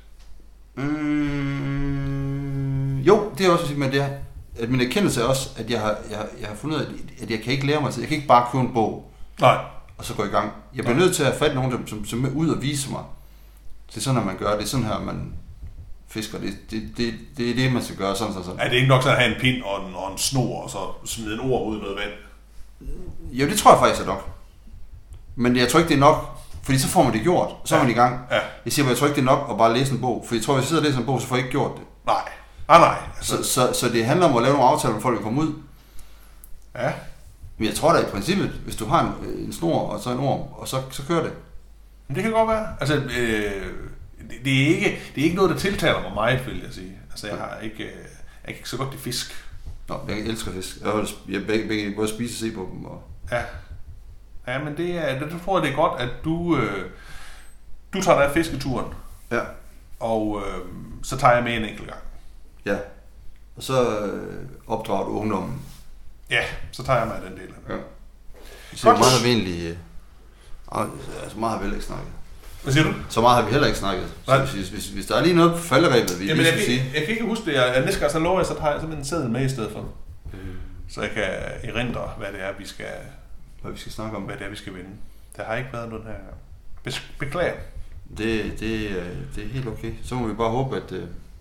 Mm, jo, det er også at sige, men det er, at min erkendelse er også, at jeg har, jeg, har, jeg har fundet ud af, at jeg kan ikke lære mig til, jeg kan ikke bare købe en bog, Nej. og så gå i gang. Jeg bliver Nej. nødt til at have fat i nogen, som, som, som er ud og vise mig. Det er sådan, at man gør, det er sådan her, man fisker. Det, det, det, det er det, man skal gøre, sådan sådan sådan. Er det ikke nok sådan at have en pind og en, og en snor, og så smide en ord ud i noget vand? Jo, det tror jeg faktisk er nok. Men jeg tror ikke, det er nok, fordi så får man det gjort, så er man i gang. Ja. Jeg siger, jeg tror ikke, det er nok at bare læse en bog, for jeg tror, hvis jeg sidder og læser en bog, så får jeg ikke gjort det. Nej, ah, nej. Altså. Så, så, så det handler om at lave nogle aftaler, med folk vil komme ud. Ja. Men jeg tror da i princippet, hvis du har en, en snor og så en orm, og så, så kører det. Men det kan godt være. Altså, øh, det, det, er ikke, det er ikke noget, der tiltaler mig meget, vil jeg sige. Altså, jeg har ikke, jeg kan ikke så godt det fisk. Nå, jeg elsker fisk. Jeg vil jeg begge, begge både spise og se på dem. Og... Ja. Ja, men det er, det tror jeg, det er godt, at du, øh, du tager dig af fisketuren. Ja. Og øh, så tager jeg med en enkelt gang. Ja. Og så øh, opdrager du ungdommen. Ja, så tager jeg med den del. Ja. Så meget har vi egentlig... Øh, altså meget har vi heller ikke snakket. Hvad siger du? Så meget har vi heller ikke snakket. Så hvis, hvis, hvis der er lige noget på falderæbet, vi Jamen, lige jeg, skal sige... Jeg kan ikke huske det. Jeg, næste gang så lover jeg, så tager jeg simpelthen en seddel med i stedet for. Øh. så jeg kan erindre, hvad det er, vi skal, hvad vi skal snakke om. Hvad det er, vi skal vinde. Der har ikke været noget her. Beklager. Det, det, det er helt okay. Så må vi bare håbe, at uh,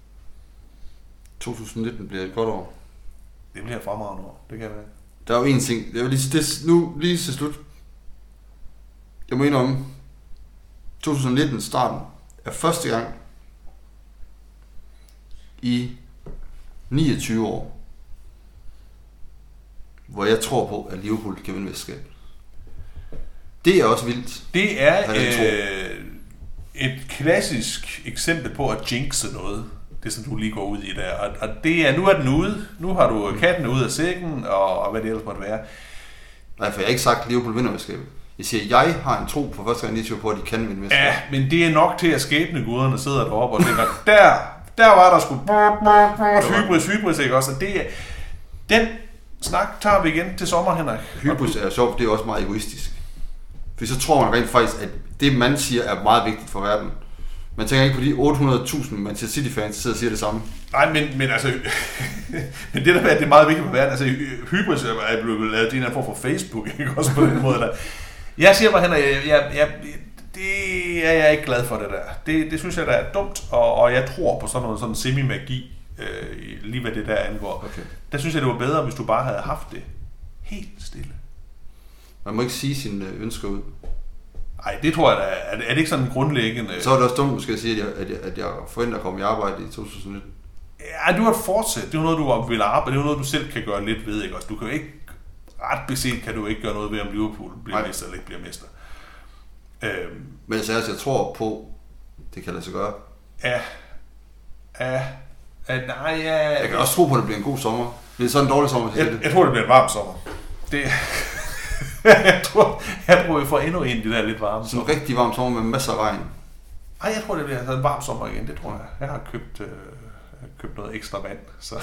to tusind nitten bliver et godt år. Det bliver et fremragende år, det kan være. Der er jo en ting, jeg vil lige, det, nu lige til slut. Jeg må indrømme, to tusind nitten starten er første gang i niogtyve år, hvor jeg tror på, at Liverpool kan vinde mesterskabet. Det er også vildt. Det er øh, et klassisk eksempel på at jinxe noget. Det som du lige går ud i der. Og, og det er, nu er den ude. Nu har du katten ude af sækken, og, og hvad det ellers måtte være. Nej, for jeg har ikke sagt, at Liverpool vinder mesterskabet. Jeg siger, at jeg har en tro på første gang niogtyve på, at de kan vinde mesterskabet. Ja, men det er nok til, at skæbneguderne sidder deroppe og tænker, der, der var der sgu hybris, hybris, ikke også? Og det er, den snak tager vi igen til sommer, Henrik. Hybris er sjovt, det er også meget egoistisk. For så tror man rent faktisk, at det man siger er meget vigtigt for verden. Man tænker ikke på de otte hundrede tusind Manchester City-fans, der sidder og siger det samme. Nej, men, men altså... men det der med, at det er meget vigtigt for verden. Altså, hybris er blevet lavet i en form for Facebook, ikke også på den måde der. Jeg siger bare, Henrik, jeg, jeg, jeg, det er jeg ikke glad for, det der. Det, det synes jeg, der er dumt, og, og jeg tror på sådan noget sådan semi-magi, øh, lige hvad det der angår. Okay. Der synes jeg, det var bedre, hvis du bare havde haft det helt stille. Man må ikke sige sine ønsker ud. Nej, det tror jeg da. Er det, er det ikke sådan en grundlæggende... Så er det også dumt, måske at sige, at jeg, at jeg, at jeg forventer at komme i arbejde i to tusind nitten. Ja, du har et fortsæt. Det er jo noget, du vil arbejde. Det er jo noget, du selv kan gøre lidt ved, ikke også? Du kan jo ikke... Ret beset kan du ikke gøre noget ved, om Liverpool bliver Nej. mester eller ikke bliver mester. Øhm, Men altså, jeg tror på, det kan lade sig gøre. Ja. Ja. Ja, nej, ja... Jeg kan også tro på, at det bliver en god sommer. Det er sådan en dårlig sommer, jeg, jeg, jeg tror, det bliver en varm sommer. Det... jeg, tror, jeg tror, vi får endnu en, det der lidt varme. Sådan en rigtig varm sommer med masser af regn. Nej, jeg tror, det bliver en varm sommer igen, det tror jeg. Jeg har købt, øh, købt noget ekstra vand, så...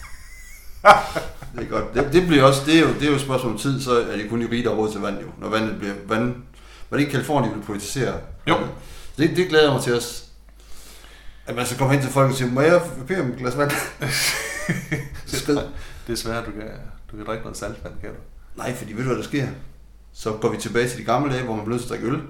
det er godt. Det, det bliver også, det er jo, det er jo et spørgsmål om tid, så er det kun i rige, der råd til vand jo. Når vandet bliver vand... Var det ikke Kalifornien, vil politisere? Jo. Det, det glæder jeg mig til os. At man så kommer hen til folk og siger, må jeg bede om et glas vand? Det er svært, du kan, du kan drikke noget saltvand, kan du? Nej, fordi ved du, hvad der sker? Så går vi tilbage til de gamle dage, hvor man blev nødt til at drikke øl.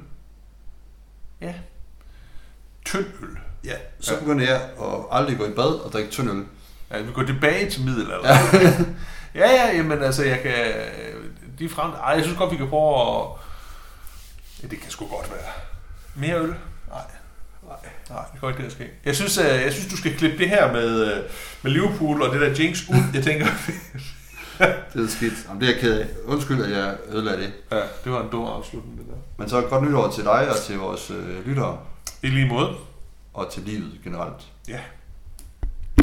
Ja. Tynd øl. Ja, så ja. Begynder jeg at aldrig gå i bad og drikke tynd øl. Ja, vi går tilbage til middelalder. Ja. ja, ja, jamen altså, jeg kan... De frem... Ej, jeg synes godt, vi kan prøve at... Ja, det kan sgu godt være. Mere øl? Nej. Nej, nej, det kan ikke det, der ske. Jeg synes, jeg synes, du skal klippe det her med, med Liverpool og det der jinx ud. Jeg tænker... det er skidt. Jamen, det er jeg ked af. Undskyld, at jeg ødelagde det. Ja, det var en dum afslutning, det der. Men så et godt nytår til dig og til vores øh, lyttere. I lige måde. Og til livet generelt. Ja.